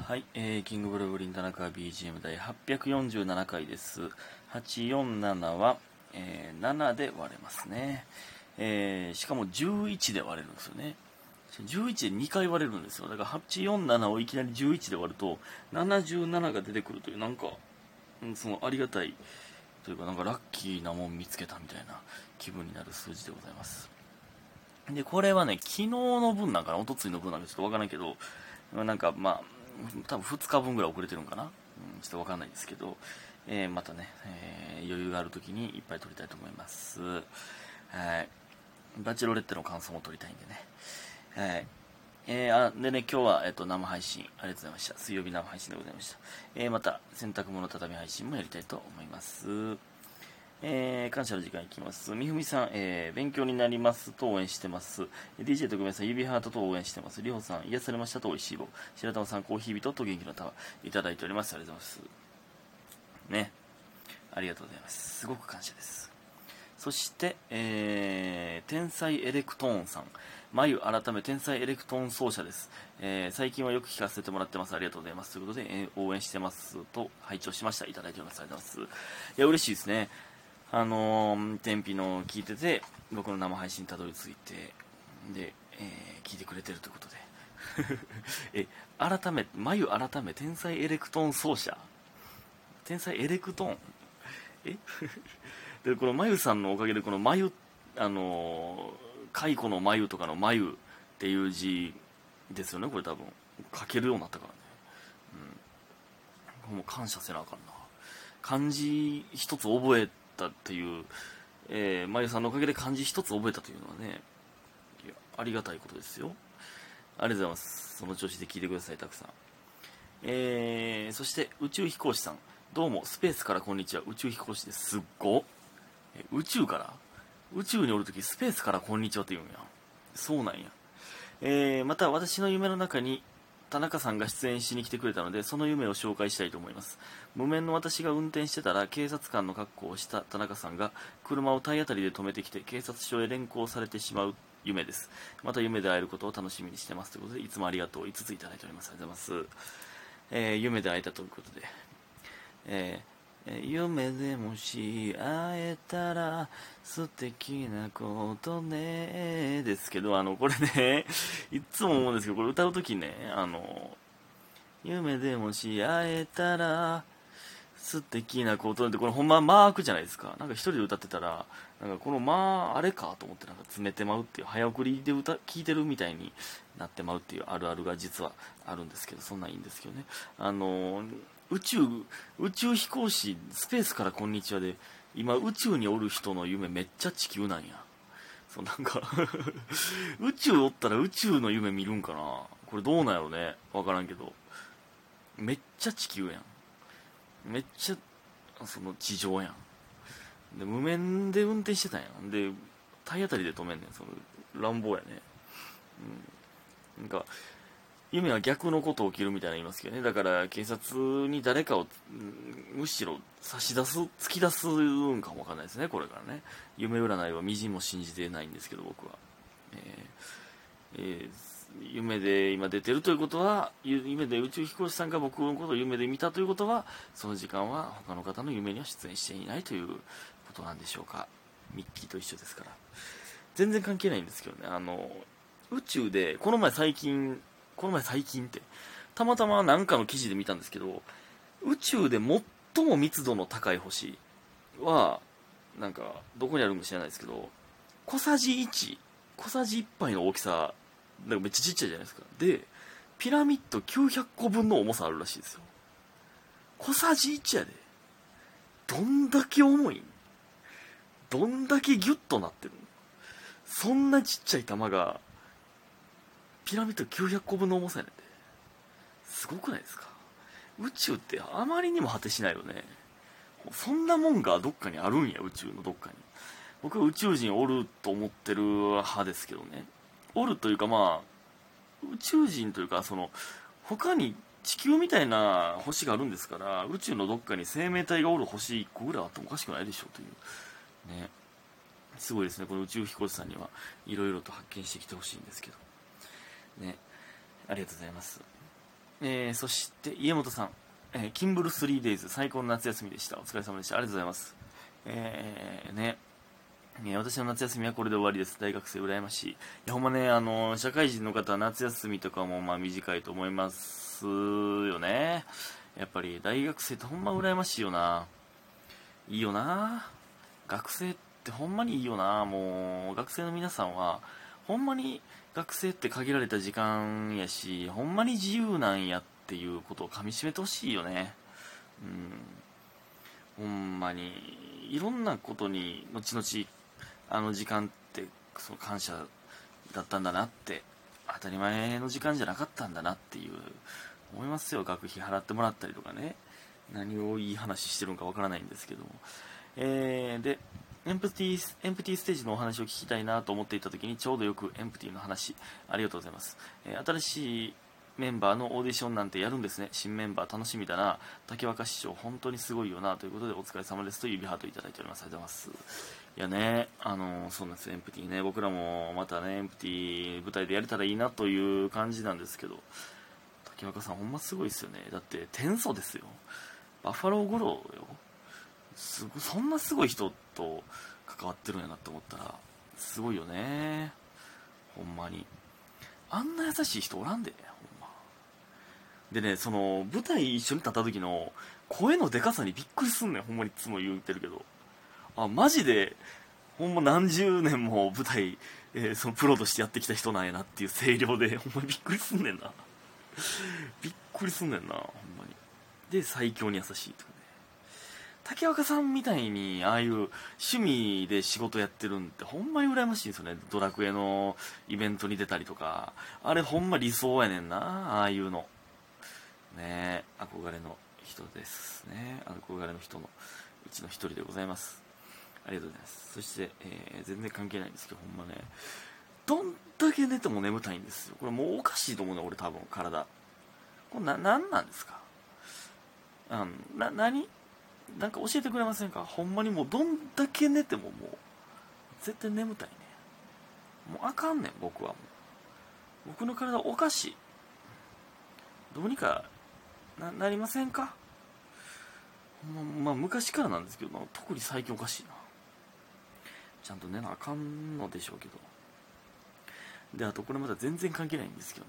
はい、キングブルーブリン田中 BGM 第847回です。847は、7で割れますね。しかも11で割れるんですよね。11で2回割れるんですよ。だから847をいきなり11で割ると77が出てくるという、なんか、そのありがたいというか、なんかラッキーなもん見つけたみたいな気分になる数字でございます。で、これはね、昨日の分なんかな、おとついの分なんかちょっとわからんけど、なんかまあ、多分2日分ぐらい遅れてるんかな、ちょっとわかんないですけど、またね、余裕がある時にいっぱい撮りたいと思います。はい。バチェロレッテの感想も撮りたいんでね。はい。でね、今日は、生配信、ありがとうございました。水曜日生配信でございました。また、洗濯物畳配信もやりたいと思います。感謝の時間いきます。みふみさん、勉強になりますと応援してます。DJ 特命さん、指ハートと応援してます。りほさん、癒されましたとおいしい棒。白玉さん、コーヒー人と元気の玉いただいております。ありがとうございます。ね。ありがとうございます。すごく感謝です。そして、天才エレクトーンさん。眉改め天才エレクトーン奏者です。最近はよく聞かせてもらってます。ありがとうございます。ということで、応援してますと拝聴しました。いただいております。ありがとうございます。いや、嬉しいですね。天日の聞いてて、僕の生配信にたどり着いて、で、聞いてくれてるということで。眉改め、天才エレクトーン奏者天才エレクトーンで、この眉さんのおかげで、この眉、蚕の眉とかの眉っていう字ですよね、これ多分。書けるようになったからね。もう感謝せなあかんな。漢字一つ覚えたっていう、まゆさんのおかげで漢字一つ覚えたというのはね、いやありがたいことですよ。ありがとうございます。その調子で聞いてください、たくさん。そして宇宙飛行士さん、どうもスペースからこんにちは。宇宙飛行士です。すっご宇宙から宇宙におるときスペースからこんにちはって言うんや。そうなんや。また私の夢の中に田中さんが出演しに来てくれたので、その夢を紹介したいと思います。無免の私が運転してたら、警察官の格好をした田中さんが車を体当たりで止めてきて警察署へ連行されてしまう夢です。また夢で会えることを楽しみにしてますということで、いつもありがとう5ついただいております。ありがとうございます。夢で会えたということで、夢でもし会えたら素敵なことねですけど、これね、いつも思うんですけど、これ歌うときね、夢でもし会えたら素敵なことって、これほんまマークじゃないですか。なんか一人で歌ってたら、なんかこのあれかと思って、なんか詰めてまうっていう、早送りで聞いてるみたいになってまうっていうあるあるが実はあるんですけど、そんなんいいんですけどね。宇宙飛行士、スペースからこんにちはで、今宇宙におる人の夢めっちゃ地球なんや。そうなんか宇宙おったら宇宙の夢見るんかな。これどうなんやろね。わからんけど。めっちゃ地球やん。めっちゃ、地上やん。で、無免で運転してたんやん。で、体当たりで止めんねん。乱暴やね。なんか、夢は逆のこと起きるみたいな言いますけどね。だから警察に誰かをむしろ差し出す、突き出すんかもわかんないですね、これからね。夢占いはみじんも信じてないんですけど、僕は。夢で今出てるということは、夢で宇宙飛行士さんが僕のことを夢で見たということは、その時間は他の方の夢には出演していないということなんでしょうか。ミッキーと一緒ですから。全然関係ないんですけどね。宇宙で、この前最近って、たまたまなんかの記事で見たんですけど、宇宙で最も密度の高い星は、なんか、どこにあるか知らないですけど、小さじ1、小さじ1杯の大きさ、なんかめっちゃちっちゃいじゃないですか。で、ピラミッド900個分の重さあるらしいですよ。小さじ1やで。どんだけ重いん、どんだけギュッとなってるの、そんなちっちゃい玉が、ピラミッド900個分の重さやねんで。すごくないですか。宇宙ってあまりにも果てしないよね。そんなもんがどっかにあるんや、宇宙のどっかに。僕は宇宙人おると思ってる派ですけどね。おるというかまあ、宇宙人というか、他に地球みたいな星があるんですから、宇宙のどっかに生命体がおる星1個ぐらいあってもおかしくないでしょうという。ね。すごいですね、この宇宙飛行士さんにはいろいろと発見してきてほしいんですけど。ね。ありがとうございます。 そして家元さん、キンブル 3days 最高の夏休みでした。お疲れ様でした。ありがとうございます。私の夏休みはこれで終わりです。大学生羨ましい。いやほんまね、社会人の方は夏休みとかもまあ短いと思いますよね。やっぱり大学生ってほんま羨ましいよな。いいよな。学生ってほんまにいいよな。もう学生の皆さんはほんまに学生って限られた時間やし、ほんまに自由なんやっていうことをかみしめてほしいよね。ほんまにいろんなことに後々あの時間ってその感謝だったんだなって、当たり前の時間じゃなかったんだなっていう思いますよ。学費払ってもらったりとかね、何をいい話してるのかわからないんですけども、でエンプティステージのお話を聞きたいなと思っていた時にちょうどよくエンプティの話、ありがとうございます。新しいメンバーのオーディションなんてやるんですね。新メンバー楽しみだな。竹若師匠本当にすごいよなということで、お疲れ様ですと指ハートいただいております。ありがとうございます。いやね、そうなんですよ。エンプティね、僕らもまたねエンプティ舞台でやれたらいいなという感じなんですけど、竹若さんほんますごいですよね。だって天素ですよ。バッファロー五郎よ。そんなすごい人と関わってるんやなって思ったらすごいよね。ほんまにあんな優しい人おらんで、ほんまでね。その舞台一緒に立った時の声のでかさにびっくりすんねん。ほんまにいつも言ってるけど、マジでほんま何十年も舞台、そのプロとしてやってきた人なんやなっていう声量で、ほんまにびっくりすんねんな。びっくりすんねんな、ほんまに。で最強に優しいとかね。竹若さんみたいにああいう趣味で仕事やってるんってほんまに羨ましいんですよね。ドラクエのイベントに出たりとか、あれほんま理想やねんな、ああいうのね。憧れの人ですね。憧れの人のうちの一人でございます。ありがとうございます。そして、全然関係ないんですけど、ほんまね、どんだけ寝ても眠たいんですよ。これもうおかしいと思うね、俺多分、体。これなんなんですか？何なんか教えてくれませんか？ほんまにもうどんだけ寝てももう、絶対眠たいね。もうあかんねん、僕はもう。僕の体おかしい。どうにかなりませんか？まあ昔からなんですけど、特に最近おかしいな。ちゃんと寝なあかんのでしょうけど。で、あとこれまた全然関係ないんですけどね。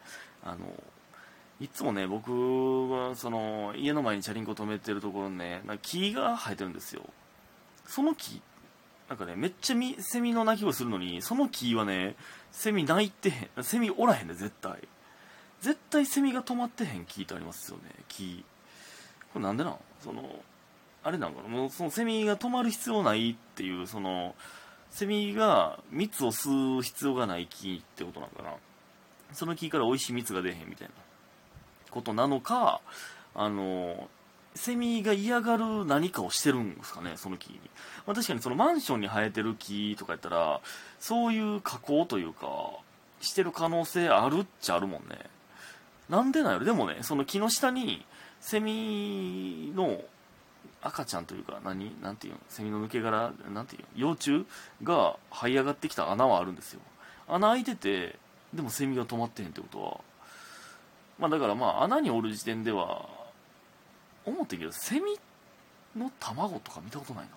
いつもね、僕はその家の前にチャリンコ止めてるところにね、なんか木が生えてるんですよ。その木、なんかね、めっちゃセミの鳴き声するのに、その木はね、セミ鳴いてへん、セミおらへんね、絶対。絶対セミが止まってへん木ってありますよね、木。これなんでなん？あれなんかな、もうそのセミが止まる必要ないっていう、セミが蜜を吸う必要がない木ってことなんかな。その木から美味しい蜜が出へんみたいなことなのか、セミが嫌がる何かをしてるんですかね、その木に。確かにそのマンションに生えてる木とかやったら、そういう加工というか、してる可能性あるっちゃあるもんね。なんでなんやろ。でもね、その木の下に、セミの赤ちゃんというか、なんていうの、セミの抜け殻、なんていうの、幼虫が這い上がってきた穴はあるんですよ。穴開いてて、でもセミが止まってへんってことは、だから穴におる時点では思ってんけど、セミの卵とか見たことないな。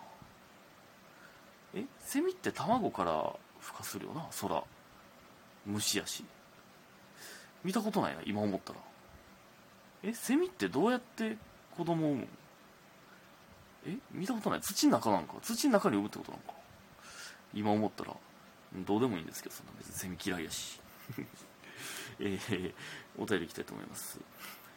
セミって卵から孵化するよな、空。虫やし。見たことないな、今思ったら。セミってどうやって子供を産むん？見たことない。土の中なんか。土の中に産むってことなんか。今思ったらどうでもいいんですけど、そんな別にセミ嫌いやし。お便りいきたいと思います。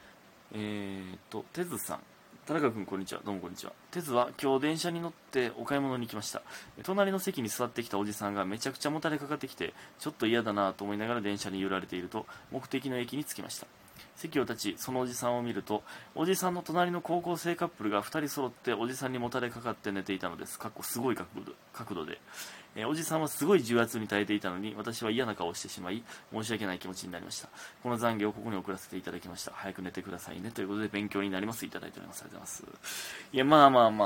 テズさん。田中君こんにちは。どうもこんにちは。テズは今日電車に乗ってお買い物に来ました。隣の席に座ってきたおじさんがめちゃくちゃもたれかかってきて、ちょっと嫌だなと思いながら電車に揺られていると、目的の駅に着きました。席を立ち、そのおじさんを見ると、おじさんの隣の高校生カップルが2人揃っておじさんにもたれかかって寝ていたのです。すごい角度で。おじさんはすごい重圧に耐えていたのに、私は嫌な顔をしてしまい、申し訳ない気持ちになりました。この懺悔をここに送らせていただきました。早く寝てくださいね。ということで、勉強になります。いただいております。ありがとうございます。い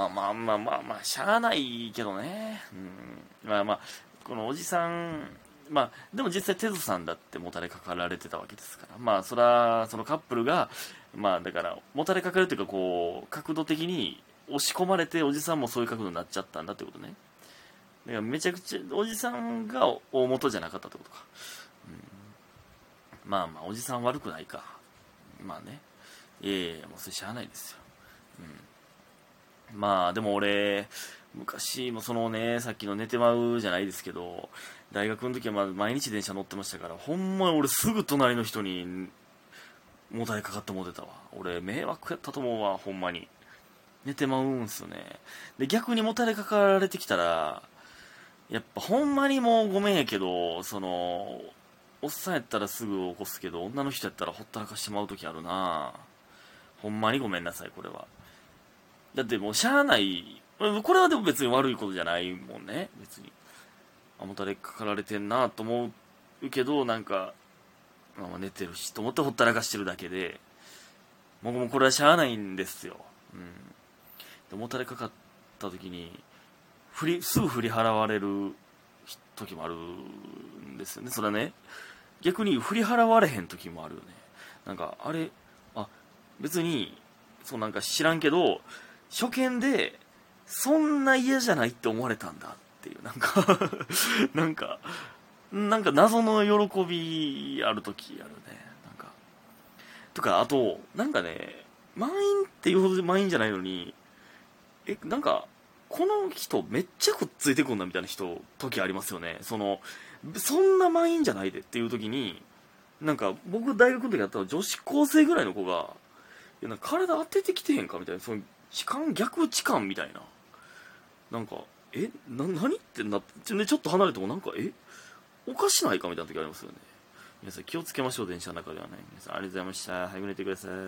や、しゃあないけどね。このおじさんまあでも実際テズさんだってもたれかかられてたわけですから、まあそらそのカップルがまあだからもたれかかるというかこう角度的に押し込まれておじさんもそういう角度になっちゃったんだってことね。だからめちゃくちゃおじさんが大元じゃなかったってことか、まあまあおじさん悪くないか、まあね、もうそれしゃあないですよ、まあでも俺昔もそのね、さっきの寝てまうじゃないですけど、大学の時はまあ毎日電車乗ってましたから、ほんまに俺すぐ隣の人にもたれかかってもてたわ。俺迷惑やったと思うわ、ほんまに。寝てまうんすよね。で逆にもたれかかられてきたら、やっぱほんまにもうごめんやけど、そのおっさんやったらすぐ起こすけど、女の人やったらほったらかしてまう時あるな。ほんまにごめんなさい、これは。だってもうしゃあない、これはでも別に悪いことじゃないもんね、別に。もたれかかられてんなと思うけど、なんか、まあ、寝てるしと思ってほったらかしてるだけで、僕もこれはしゃあないんですよ。でもたれかかった時にすぐ振り払われる時もあるんですよね。それはね、逆に振り払われへん時もあるよね。なんかあれ、別にそうなんか知らんけど初見でそんな嫌じゃないって思われたんだっていう、なんかなんか謎の喜びある時あるね。なんかとか、あとなんかね、満員っていうほど満員じゃないのに、なんかこの人めっちゃくっついてくんなみたいな時ありますよね。そんな満員じゃないでっていう時に、なんか僕大学の時だったら女子高生ぐらいの子が、いやなんか体当ててきてへんかみたいな、その逆痴漢みたいな、なんか何ってなって、ちょっと離れてもなんかおかしないかみたいな時ありますよね。皆さん気をつけましょう、電車の中ではね。皆さんありがとうございました。はい、寝てください。